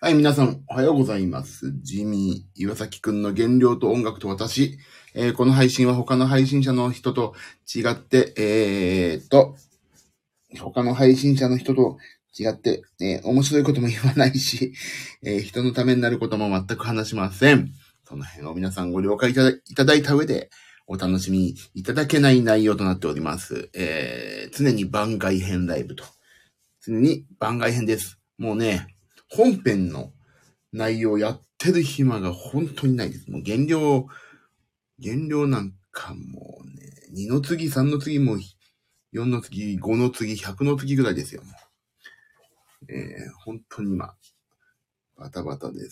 はい、皆さん、おはようございます。ジミー、岩崎くんの原料と音楽と私。この配信は他の配信者の人と違って、他の配信者の人と違って、面白いことも言わないし、人のためになることも全く話しません。その辺を皆さんご了解いただいた上で、お楽しみいただけない内容となっております。常に番外編ライブと。常に番外編です。もうね、本編の内容やってる暇が本当にないです。もう減量なんかもうね、2の次、3の次も4の次、5の次、100の次ぐらいですよ。本当に今、バタバタです。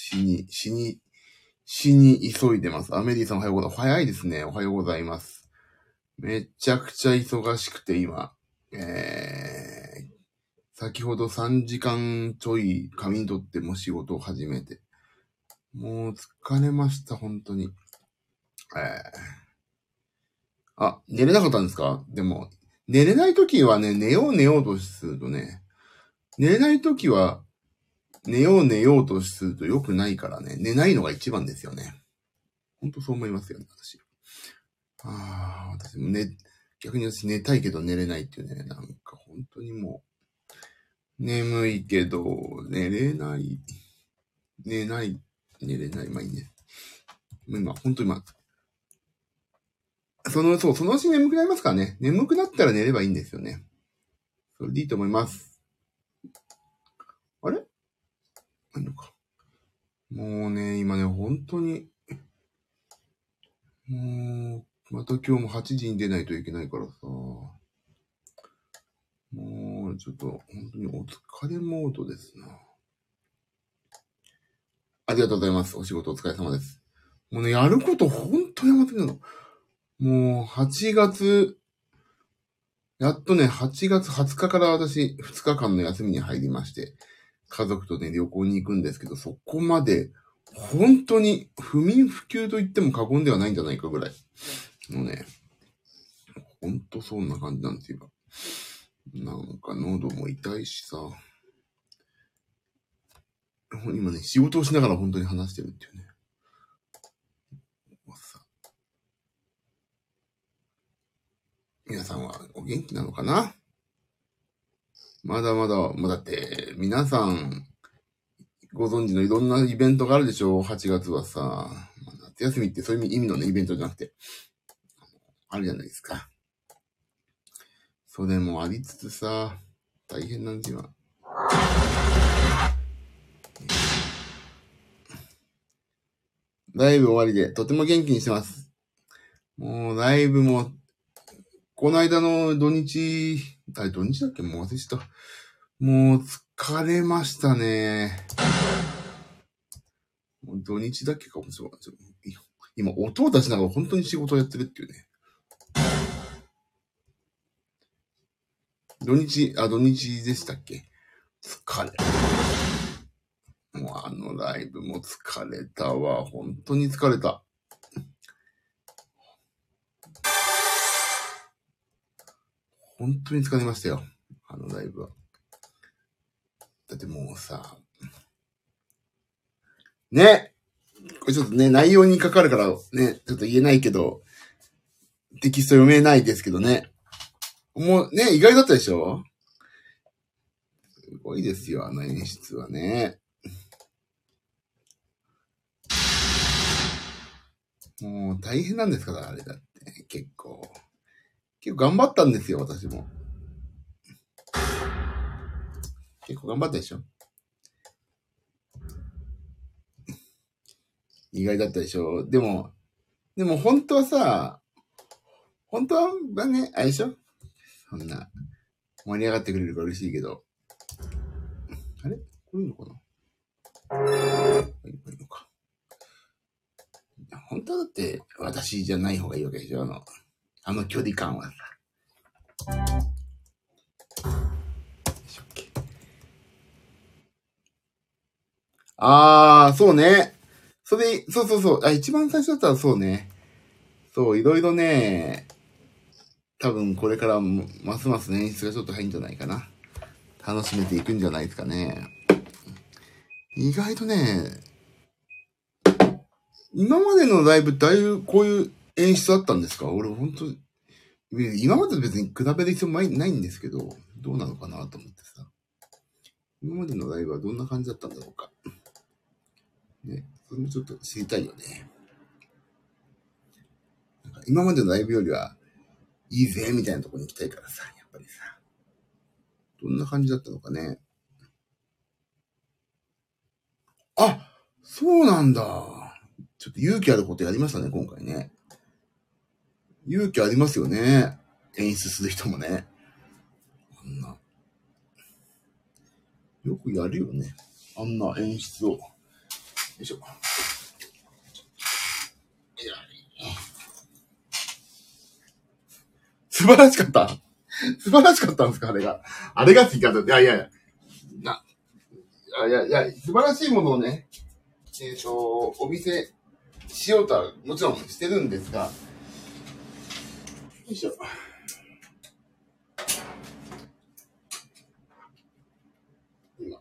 死に急いでます。アメリーさんおはようございます。早いですね。おはようございます。めちゃくちゃ忙しくて今、先ほど3時間ちょい仮にとっても仕事を始めて、もう疲れました、本当に。寝れなかったんですか？でも、寝れないときはね、寝ようとするとね、寝れないときは、寝ようとすると良くないからね、寝ないのが一番ですよね。本当そう思いますよね、私。私も逆に私寝たいけど寝れないっていうね、なんか本当にもう、眠いけど、寝れない、寝れない、まあいいね。本当にそのうち眠くなりますからね。眠くなったら寝ればいいんですよね。それでいいと思います。あれ？ないのか。もうね、今ね、本当に、もう、また今日も8時に出ないといけないからさ、もう、ちょっと、本当にお疲れモードですな。ありがとうございます。お仕事お疲れ様です。もうね、やること本当に山積みなの。もう、8月、やっとね、8月20日から私、2日間の休みに入りまして、家族とね、旅行に行くんですけど、そこまで、本当に不眠不休と言っても過言ではないんじゃないかぐらい。もうね、本当そんな感じなんですよ。なんか喉も痛いしさ。今ね、仕事をしながら本当に話してるっていうね。皆さんはお元気なのかな？まだまだ、だって、皆さん、ご存知のいろんなイベントがあるでしょ？ 8 月はさ。夏休みってそういう意味のね、イベントじゃなくて、あるじゃないですか。それもありつつさ、大変なんですよ。ライブ終わりでとても元気にしてます。もうライブも、この間の土日だっけ？もう忘れちゃった。もう疲れましたね。土日だっけかもしれない。今音を出しながら本当に仕事をやってるっていうね。土日でしたっけ？疲れ。もうライブも疲れたわ。本当に疲れた。本当に疲れましたよ。ライブは。だってもうさ、ね。これちょっとね、内容にかかるからね、ちょっと言えないけど、テキスト読めないですけどね。もうね、意外だったでしょ？すごいですよ、演出はね。もう大変なんですから、あれだって。結構頑張ったんですよ、私も。結構頑張ったでしょ？意外だったでしょ？でも本当はさ、本当はね、あれでしょ？そんな、盛り上がってくれるから嬉しいけど。あれ？こういうのかないいのか。本当だって、私じゃない方がいいわけでしょ？あの距離感はさ。そうね。そう。一番最初だったらそうね。そう、いろいろね、多分これからますます演出がちょっと入るんじゃないかな。楽しめていくんじゃないですかね。 意外とね、今までのライブってああいうこういう演出あったんですか？俺本当今までと別に比べる必要ないんですけど、どうなのかなと思ってさ。今までのライブはどんな感じだったんだろうか。ね、それもちょっと知りたいよね。なんか今までのライブよりはいいぜみたいなところに行きたいからさ、やっぱりさ。どんな感じだったのかね。あ、そうなんだ。ちょっと勇気あることやりましたね、今回ね。勇気ありますよね。演出する人もね。あんな。よくやるよね。あんな演出を。よいしょ。素晴らしかった。素晴らしかったんですか、あれが。あれがって言い方。素晴らしいものをね、お見せしようとはもちろんしてるんですが、よいしょ。今。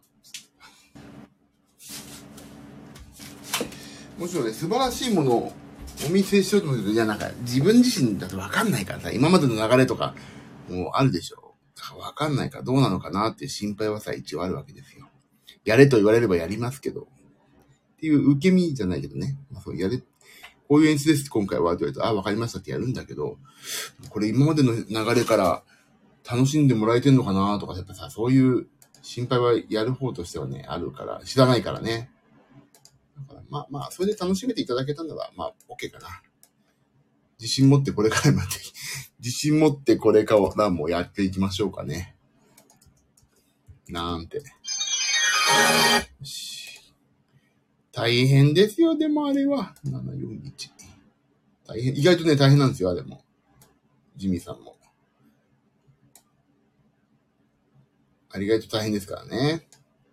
もちろんね、素晴らしいものをお見せしようと思うけど、いや、なんか、自分自身だとわかんないからさ、今までの流れとか、もうあるでしょ。わかんないからどうなのかなっていう心配はさ、一応あるわけですよ。やれと言われればやりますけど、っていう受け身じゃないけどね。まあ、そう、こういう演出です今回はって言われると、あ、わかりましたってやるんだけど、これ今までの流れから楽しんでもらえてんのかなとか、やっぱさ、そういう心配はやる方としてはね、あるから、知らないからね。だからまあ、それで楽しめていただけたなら、まあ、OK かな。自信持ってこれからまで、自信持ってこれからもやっていきましょうかね。なんて。よし。大変ですよ、でもあれは。741。大変、意外とね、大変なんですよ、あれも。ジミーさんも。ありがとう大変ですからね。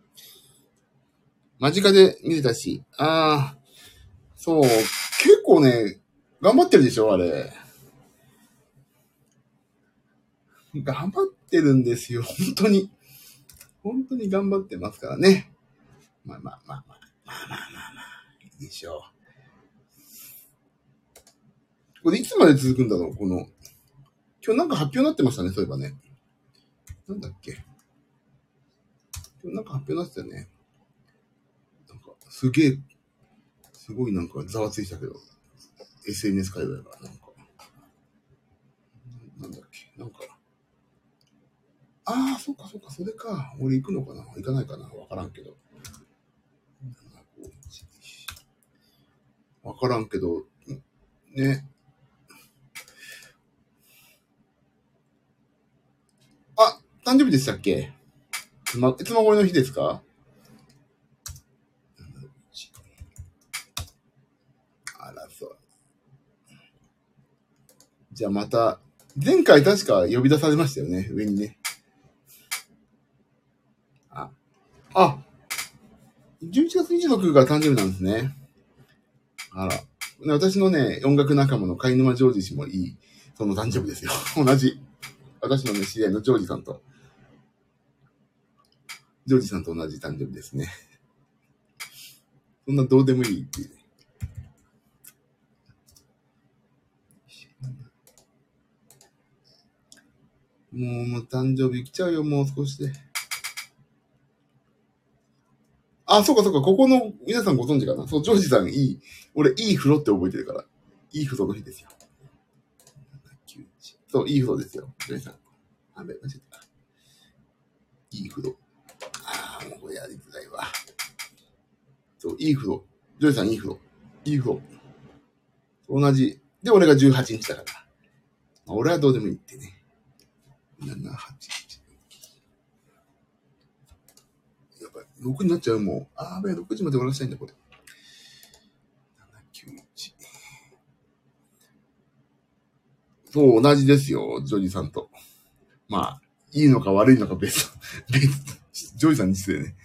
間近で見てたし。そう。結構ね、頑張ってるでしょ、あれ。頑張ってるんですよ、本当に。本当に頑張ってますからね。まあまあまあまあ。まあまあまあまあ。いいでしょう。これいつまで続くんだろう、この。今日なんか発表になってましたね、そういえばね。なんだっけ。今日なんか発表になってたよね。なんか、すごいなんかざわついたけど。SNS 界隈が、なんだっけ。なんか、そうかそうか、それか。俺行くのかな行かないかなわからんけど。わからんけど、ね。誕生日でしたっけ？いつも頃の日ですか？あら、そう。じゃあまた、前回確か呼び出されましたよね、上にね。あ、あ、11月26日が誕生日なんですね。あら。私のね、音楽仲間の貝沼ジョージ氏もいい、その誕生日ですよ。同じ。私のね、知り合いのジョージさんと同じ誕生日ですね。そんなどうでもいいっていう。もう誕生日来ちゃうよ、もう少しで。そうかそうか、ここの皆さんご存知かな？そう、ジョージさん俺いい風呂って覚えてるから。いい風呂の日ですよ。そう、いい風呂ですよ。ジョージさん。間違えた。いい風呂。もうこれやりづらいわ。そう、いい風呂。ジョージさんいい風呂。いい風呂。同じ。で、俺が18日だから。俺はどうでもいいってね。7、8、やっぱり6になっちゃうもう。6時まで終わらせたいんだ、これ。7、9、1。そう、同じですよ、ジョージさんと。まあ、いいのか悪いのか別。ジョージさんに失礼ね。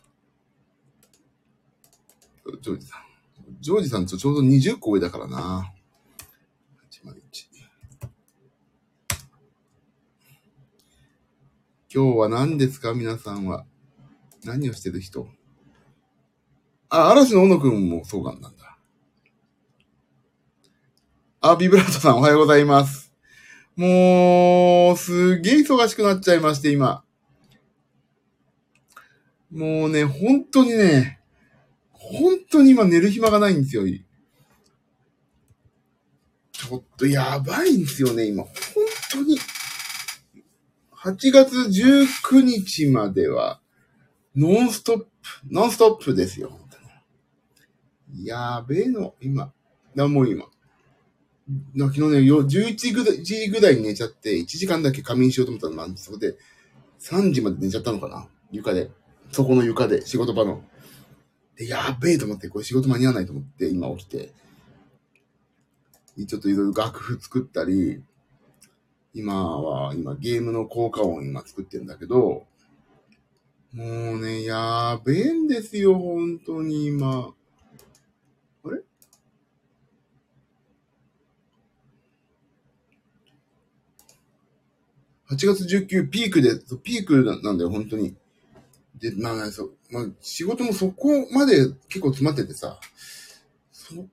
ジョージさん。ジョージさんとちょうど20個上だからな。801。今日は何ですか皆さんは。何をしてる人？ 嵐の小野くんもそうなんだ。ビブラートさんおはようございます。もう、すげえ忙しくなっちゃいまして、今。もうね、本当に今寝る暇がないんですよ。ちょっとやばいんですよね、今。本当に。8月19日までは、ノンストップですよ。やべえの、今。もう今。昨日ね、11時ぐらいに寝ちゃって、1時間だけ仮眠しようと思ったら、そこで3時まで寝ちゃったのかな、床で。そこの床で、仕事場の。で、やべえと思って、これ仕事間に合わないと思って、今起きて。ちょっといろいろ楽譜作ったり、今ゲームの効果音今作ってるんだけど、もうね、やべえんですよ、本当に今。あれ8月19ピークで、ピークなんだよ、本当に。で、仕事もそこまで結構詰まっててさ、そ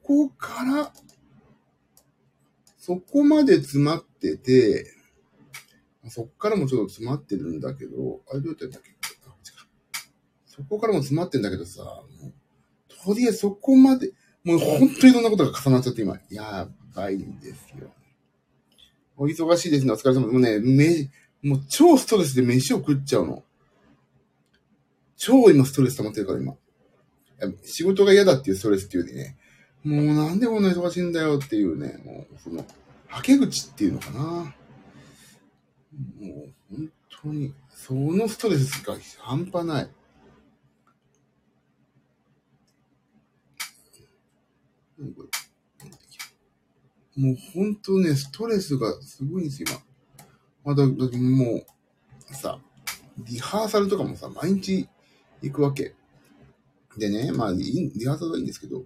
こまで詰まってて、そこからもちょっと詰まってるんだけど、あれどうやってやったっけ？そこからも詰まってんだけどさ、もうとりあえずそこまで、もう本当にいろんなことが重なっちゃって今、やばいんですよ。お忙しいですね、お疲れ様。もうね、もう超ストレスで飯を食っちゃうの。超今ストレス溜まってるから今。仕事が嫌だっていうストレスっていうよりね、もうなんでこんな忙しいんだよっていうね、もうその、はけ口っていうのかな。もう本当に、そのストレスが半端ない。もう本当ね、ストレスがすごいんですよ、今。だってもう、さ、リハーサルとかもさ、毎日行くわけ。でね、リハーサルはいいんですけど、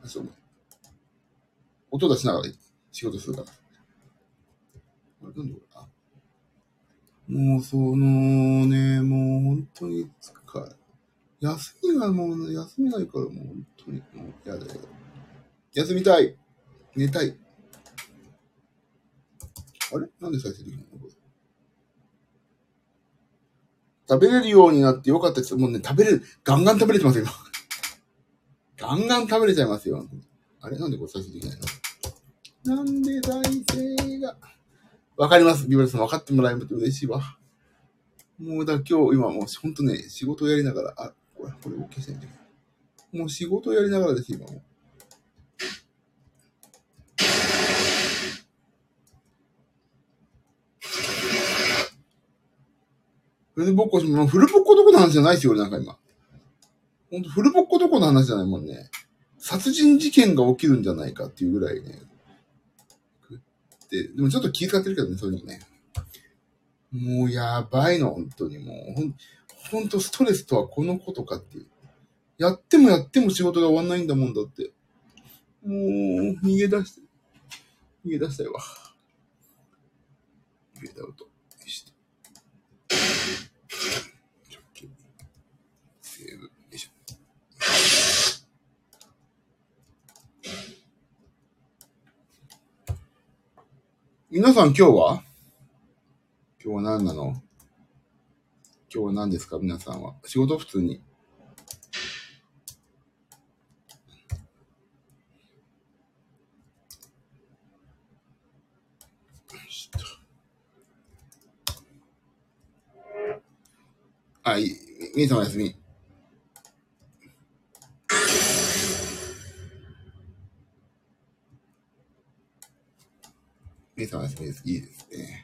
音出しながら仕事するから。もうそのね、もう本当に休みないからもう本当に、もうやだよ。休みたい。寝たい。あれなんで再生できないのこれ。食べれるようになってよかったです。もうね、ガンガン食べれてますよ、今。ガンガン食べれちゃいますよ。あれなんでこれ再生できないの？なんで再生が。わかります。ビブラさん分かってもらえると嬉しいわ。もう今日、今もうほんとね、仕事をやりながら、これを消せないんだけど。もう仕事をやりながらです、今も。フルボッコどこの話じゃないですよ、俺なんか今。ほんと、フルボッコどこの話じゃないもんね。殺人事件が起きるんじゃないかっていうぐらいね。でもちょっと気遣ってるけどね、そういうのね。もうやばいの、本当にもう。ほんとストレスとはこのことかっていう。やっても仕事が終わんないんだもんだって。もう、逃げ出したよわ。フェードアウト。セーブ。よいしょ。皆さん今日は何なの？今日は何ですか皆さんは。仕事普通に。みーさんおやすみ。みーさんおやすみです。いいですね。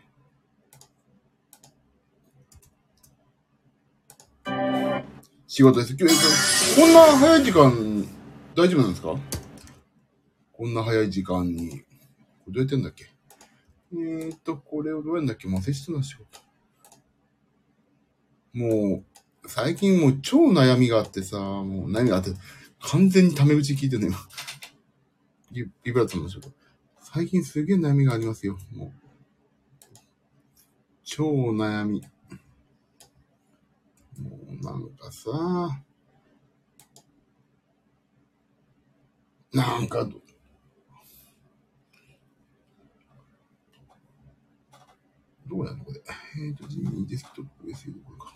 仕事です。今日、こんな早い時間、大丈夫なんですか？こんな早い時間に。これどうやってんだっけ？これをどうやんだっけ？忘れてたな、仕事。もう、最近もう超悩みがあってさ、もう悩みがあって、完全にタメ口聞いてるのよ。ビブラートの仕事。最近すげえ悩みがありますよ。もう。超悩み。もうなんかさ、 なんか、どうやるのこれ。地味デスクトップ SE これか。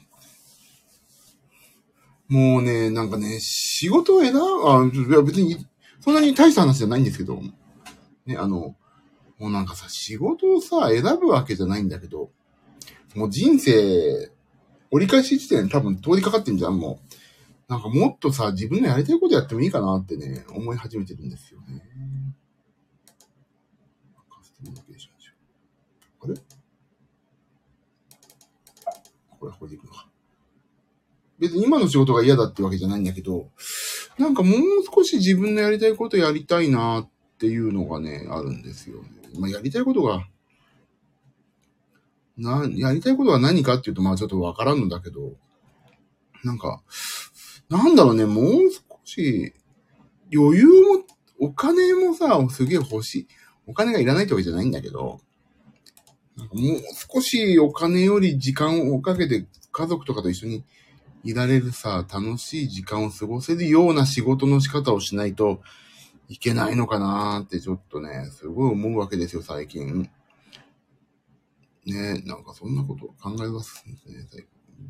もうね、なんかね、仕事をいや別に、そんなに大した話じゃないんですけど、ね、もうなんかさ、仕事をさ、選ぶわけじゃないんだけど、もう人生、折り返し地点多分通りかかってんじゃん、もう。なんかもっとさ、自分のやりたいことやってもいいかなってね、思い始めてるんですよね。カスタムロケーションしよう。あれこれでいくのか。別に今の仕事が嫌だってわけじゃないんだけど、なんかもう少し自分のやりたいことやりたいなっていうのがね、あるんですよね。まあやりたいことが、やりたいことは何かっていうとまあちょっとわからんのだけど、なんか、なんだろうね、もう少し余裕も、お金もさ、すげえ欲しい。お金がいらないってわけじゃないんだけど、なんかもう少しお金より時間をかけて家族とかと一緒にいられるさ、楽しい時間を過ごせるような仕事の仕方をしないといけないのかなーってちょっとね、すごい思うわけですよ、最近。ね、なんかそんなこと考えますね、最近。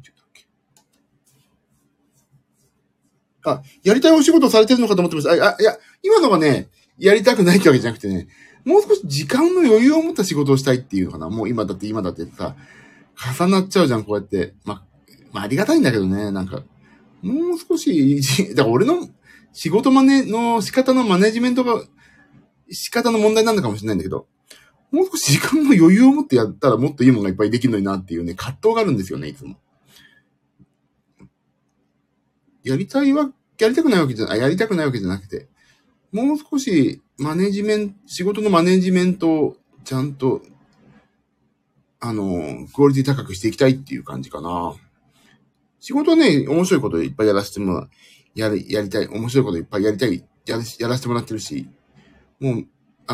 やりたいお仕事されてるのかと思ってました。いや、今のがね、やりたくないってわけじゃなくてね、もう少し時間の余裕を持った仕事をしたいっていうのかな。もう今だってさ、重なっちゃうじゃん、こうやって。まあ、ありがたいんだけどね、なんか、もう少し、だから俺の仕事の仕方のマネジメントが、仕方の問題なのかもしれないんだけど、もう少し時間の余裕を持ってやったらもっといいものがいっぱいできるのになっていうね、葛藤があるんですよね、いつも。やりたくないわけじゃない、やりたくないわけじゃなくて、もう少し仕事のマネジメントをちゃんと、クオリティ高くしていきたいっていう感じかな。仕事はね、面白いこといっぱいやらせてもらう、やりたい、面白いこといっぱいやりたい、やらせてもらってるし、もう、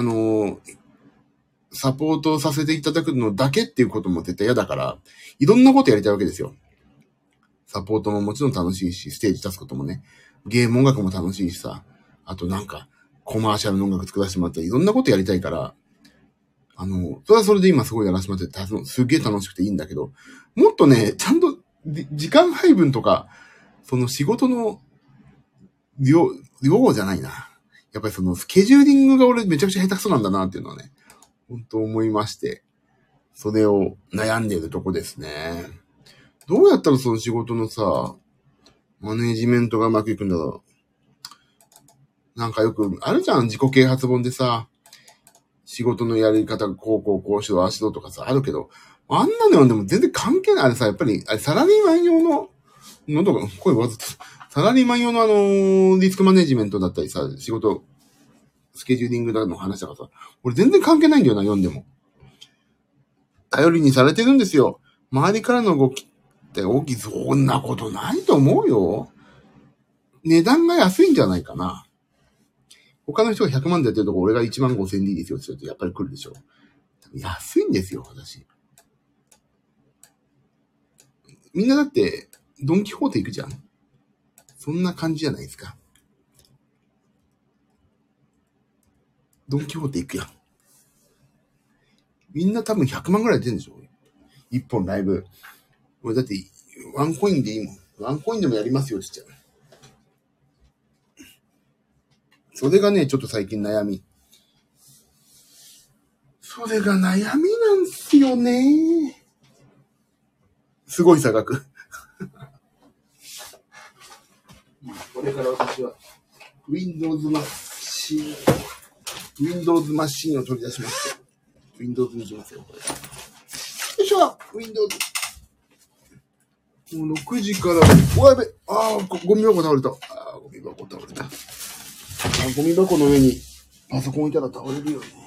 サポートさせていただくのだけっていうことも絶対嫌だから、いろんなことやりたいわけですよ。サポートももちろん楽しいし、ステージ立つこともね、ゲーム音楽も楽しいしさ、あとなんか、コマーシャルの音楽作らせてもらったり、いろんなことやりたいから、それはそれで今すごいやらせてもらって、すげえ楽しくていいんだけど、もっとね、ちゃんと、時間配分とか、その仕事の量じゃないな。やっぱりそのスケジューリングが俺めちゃくちゃ下手くそなんだなっていうのはね、本当思いまして、それを悩んでいるとこですね。どうやったらその仕事のさ、マネージメントがうまくいくんだろう。なんかよくあるじゃん、自己啓発本でさ、仕事のやり方がこうしろ、ああしろとかさ、あるけど、あんなのはでも全然関係ない。あれさ、やっぱり、サラリーマン用の、喉が、声わざと、サラリーマン用のリスクマネジメントだったりさ、仕事、スケジューリングだの話だからさ、俺全然関係ないんだよな、読んでも。頼りにされてるんですよ。周りからの動きってそんなことないと思うよ。値段が安いんじゃないかな。他の人が100万でやってるとこ俺が1万5千でいいですよって言うとやっぱり来るでしょ。安いんですよ、私。みんなだって、ドンキホーテ行くじゃん。そんな感じじゃないですか。ドンキホーテ行くやん。みんな多分100万ぐらい出てるんでしょ。1本ライブ。俺だって、ワンコインでいいもん。ワンコインでもやりますよって言っちゃう。それがね、ちょっと最近悩み。それが悩みなんすよね。すごい差額。これから私は Windows マシンを取り出しまして、Windows に行きますよ、これ。よいしょ !Windows。もう6時から、やべ、ゴミ箱倒れた。ゴミ箱倒れた。ゴミ箱の上にパソコン置いたら倒れるよね。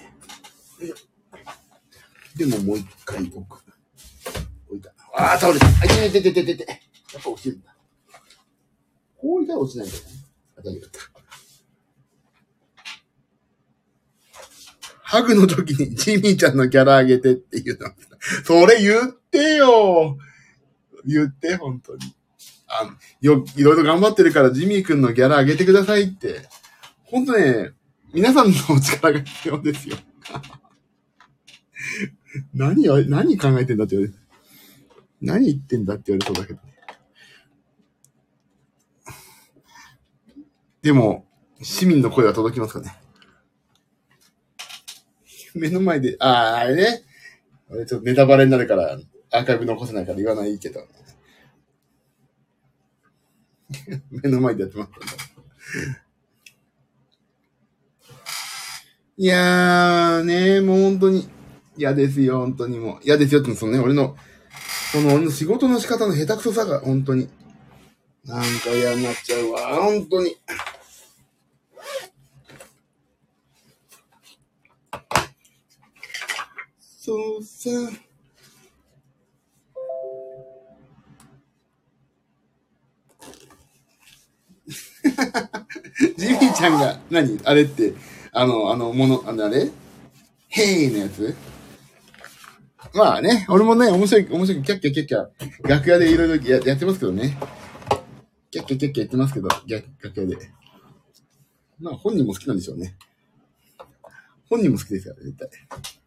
でももう一回置いた。倒れた。て。やっぱ落ちるんだ。こう置いたら落ちないんだよね。大丈夫だった。ハグの時にジミーちゃんのキャラ上げてっていうの。それ言ってよ。言って、本当に。いろいろ頑張ってるからジミーくんのギャラ上げてくださいって。本当ね、 皆さんのお力が必要ですよ。何考えてんだって言われる。何言ってんだって言われそうだけど。でも、市民の声は届きますかね。目の前で、あれね。俺ちょっとネタバレになるから、アーカイブ残せないから言わないけど。目の前でやってます。いやーね、もう本当に嫌ですよ、本当にもう。嫌ですよって、俺の仕事の仕方の下手くそさが、本当に。なんか嫌になっちゃうわ、本当に。そうさ。ジミーちゃんが、あれって、あれヘイのやつまあね、俺もね、面白い、キャッキャキャッキャ、楽屋でいろいろやってますけどね。キャッキャキャッキャやってますけど、楽屋で。まあ本人も好きなんでしょうね。本人も好きですから、絶対。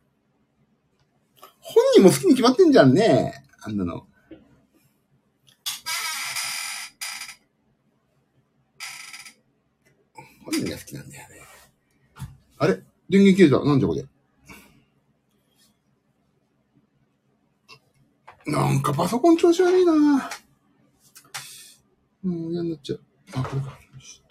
本人も好きに決まってんじゃんね。あんなの。本人が好きなんだよね。あれ電源切れた。なんじゃこれ。なんかパソコン調子悪いな。もう嫌になっちゃう。あ、これか。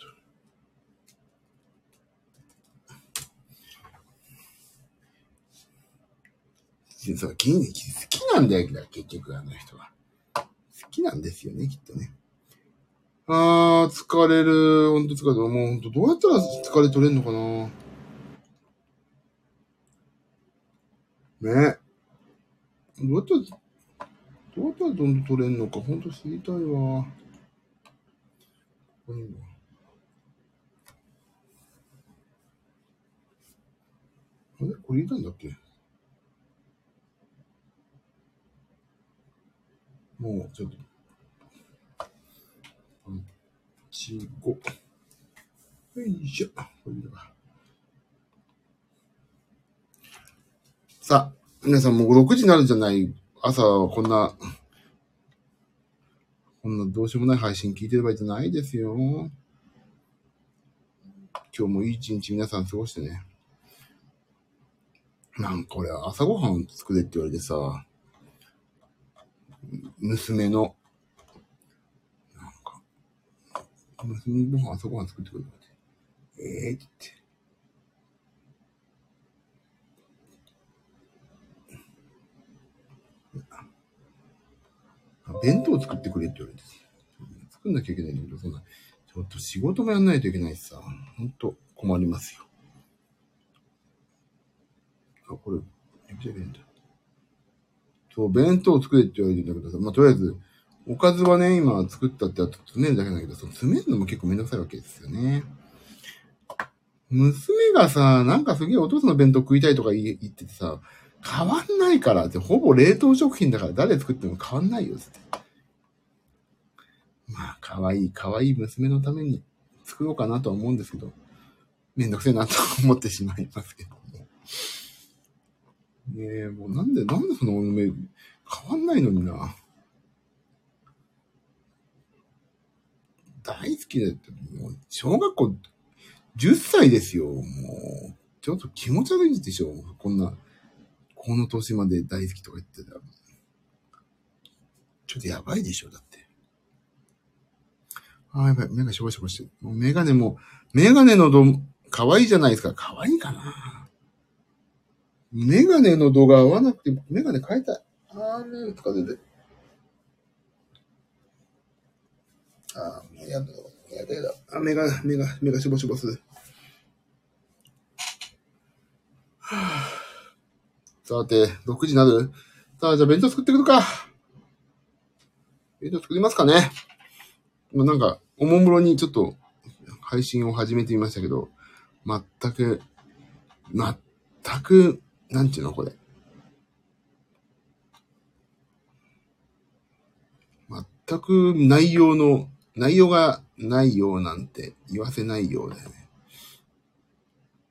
そう、好きなんだよ、結局あの人は。好きなんですよね、きっとね。疲れる。ほんと疲れる。もうほんとどうやったら疲れ取れんのかな。ね。どうやったらどんどん取れんのか、ほんと知りたいわ。あれこれ入れたんだっけ。もう、ちょっと。1、5。よいしょ。これいいか。さあ、皆さんもう6時になるじゃない。朝、こんなどうしようもない配信聞いてる場合じゃないですよ。今日もいい一日皆さん過ごしてね。なんか俺朝ごはん作れって言われてさ、娘の、娘の朝ごはん作ってくれって。って。弁当作ってくれって言われて作んなきゃいけないんだけど、ちょっと仕事もやんないといけないしさ、ほんと困りますよ。これ、やめちゃいけないんだ。そう、弁当作れって言われてんだけどさ、まあ、とりあえず、おかずはね、今作ったってあと詰めるだけなんだけど、詰めるのも結構めんどくさいわけですよね。娘がさ、なんかすげえお父さんの弁当食いたいとか言っててさ、変わんないからって、ほぼ冷凍食品だから誰作っても変わんないよって。まあ、可愛い娘のために作ろうかなとは思うんですけど、めんどくせえなと思ってしまいますけども。ねえ、もうなんでその梅変わんないのにな。大好きだって、もう、小学校10歳ですよ、もう。ちょっと気持ち悪いでしょ、この年まで大好きとか言ってたら。ちょっとやばいでしょ、だって。やばい、目がしぼしぼしてる。もうメガネの可愛いじゃないですか。可愛いかな。メガネの度が合わなくて、メガネ変えたい。目とか出て。もうやだ。目がしぼしぼする。さて、6時になる？さあ、じゃあ弁当作ってくるか。弁当作りますかね。なんか、おもむろにちょっと配信を始めてみましたけど、全く、なんていうのこれ。全く内容がないようなんて言わせないようだよね。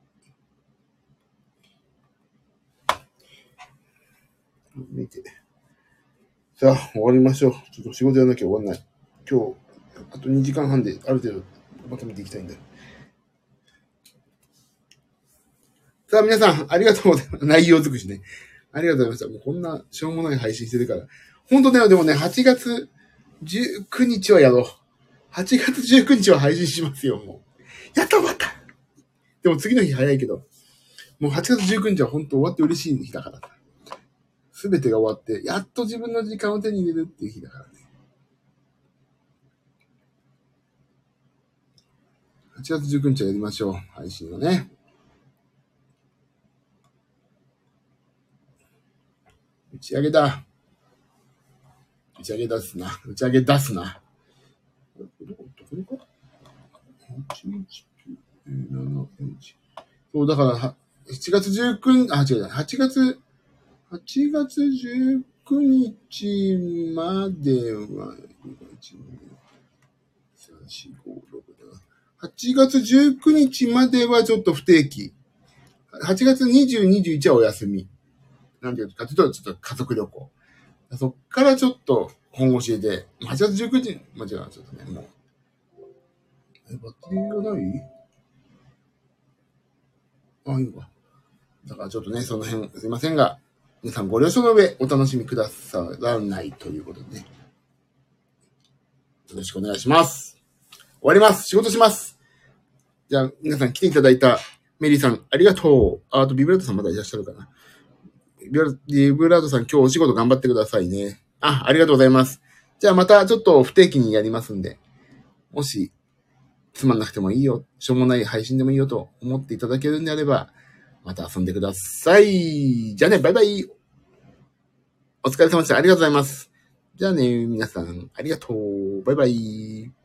見て。さあ、終わりましょう。ちょっと仕事やらなきゃ終わんない。今日、あと2時間半である程度まとめていきたいんだよ。さあ、皆さん、ありがとうございます。内容尽くしね。ありがとうございました。もうこんなしょうもない配信してるから。本当だよ、でもね、8月19日はやろう。8月19日は配信しますよ、もう。やった終わった。でも次の日早いけど、もう8月19日は本当終わって嬉しい日だから。すべてが終わって、やっと自分の時間を手に入れるっていう日だからね。8月19日はやりましょう。配信をね。打ち上げだ。打ち上げ出すな。打ち上げ出すな。どこか ?8、7、そう、だから、7月19日、違う、8月19日までは、8月19日まではちょっと不定期。8月20、21はお休み。なんていうか、ちょっと家族旅行。そっからちょっと本腰で、8月19日、間違えちょっとね、もう。バッテリーがないあ、いいわ。だからちょっとね、その辺、すいませんが、皆さんご了承の上、お楽しみくださらないということでね。よろしくお願いします。終わります。仕事します。じゃあ、皆さん来ていただいたメリーさん、ありがとう。あと、ビブラートさんまだいらっしゃるかな。ビブラートさん、今日お仕事頑張ってくださいね。ありがとうございます。じゃあ、またちょっと不定期にやりますんで、もし、つまんなくてもいいよ、しょうもない配信でもいいよと思っていただけるんであれば、また遊んでください。じゃあね、バイバイ。お疲れ様でした。ありがとうございます。じゃあね、皆さん、ありがとう。バイバイ。